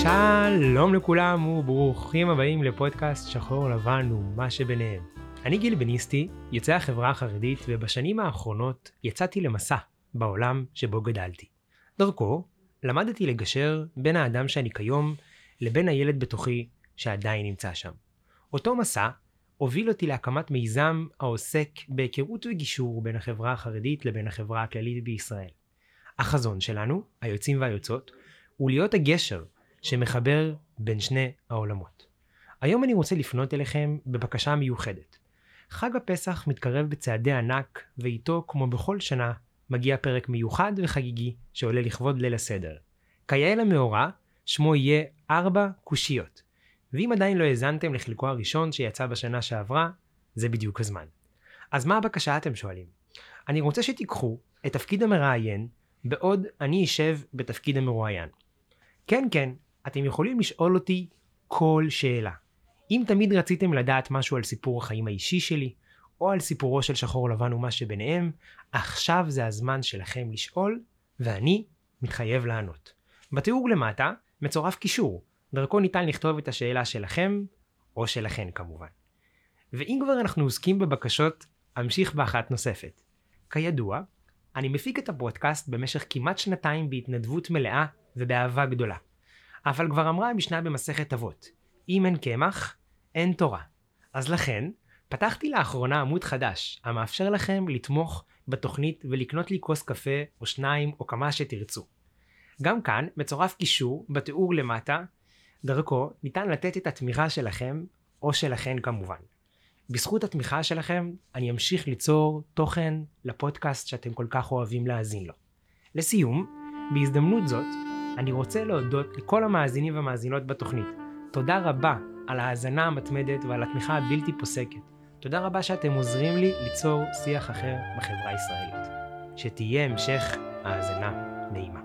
שלום לכולם וברוכים הבאים לפודקאסט שחור לבן ומה שביניהם. אני גיל בניסטי, יוצא החברה החרדית, ובשנים האחרונות יצאתי למסע בעולם שבו גדלתי. דרכו למדתי לגשר בין האדם שאני כיום לבין הילד בתוכי שעדיין נמצא שם. אותו מסע הוביל אותי להקמת מיזם העוסק בהיכרות וגישור בין החברה החרדית לבין החברה הכללית בישראל. החזון שלנו, היוצאים והיוצאות, הוא להיות הגשר שמחבר בין שני העולמות. היום אני רוצה לפנות אליכם בבקשה מיוחדת. חג הפסח מתקרב בצעדי ענק, ואיתו, כמו בכל שנה, מגיע פרק מיוחד וחגיגי שעולה לכבוד ליל הסדר. כיאה למאורע, שמו יהיה 4 קושיות. ואם עדיין לא האזנתם לחלקו הראשון שיצא בשנה שעברה, זה בדיוק הזמן. אז מה הבקשה אתם שואלים? אני רוצה שתיקחו את תפקיד המראיין, בעוד אני אשב בתפקיד המרואיין. כן, אתם יכולים לשאול אותי כל שאלה. אם תמיד רציתם לדעת משהו על סיפור החיים האישי שלי, או על סיפורו של שחור לבן ומה שביניהם, עכשיו זה הזמן שלכם לשאול, ואני מתחייב לענות. בתיאור למטה מצורף קישור, דרכו ניתן לכתוב את השאלה שלכם, או שלכן כמובן. ואם כבר אנחנו עוסקים בבקשות, אמשיך באחת נוספת. כידוע, אני מפיק את הפודקאסט במשך כמעט 2 בהתנדבות מלאה ובאהבה גדולה. אבל כבר אמרה המשנה במסכת אבות, אם אין קמח, אין תורה. אז לכן, פתחתי לאחרונה עמוד חדש, המאפשר לכם לתמוך בתוכנית ולקנות לי כוס קפה או 2 או כמה שתרצו. גם כאן מצורף קישור בתיאור למטה, דרכו ניתן לתת את התמיכה שלכם או שלכן כמובן. בזכות התמיכה שלכם אני אמשיך ליצור תוכן לפודקאסט שאתם כל כך אוהבים להאזין לו. לסיום, בהזדמנות זאת, אני רוצה להודות לכל המאזינים והמאזינות בתוכנית. תודה רבה על ההאזנה המתמדת ועל התמיכה הבלתי פוסקת. תודה רבה שאתם עוזרים לי ליצור שיח אחר בחברה הישראלית. שתהיה המשך האזנה נעימה.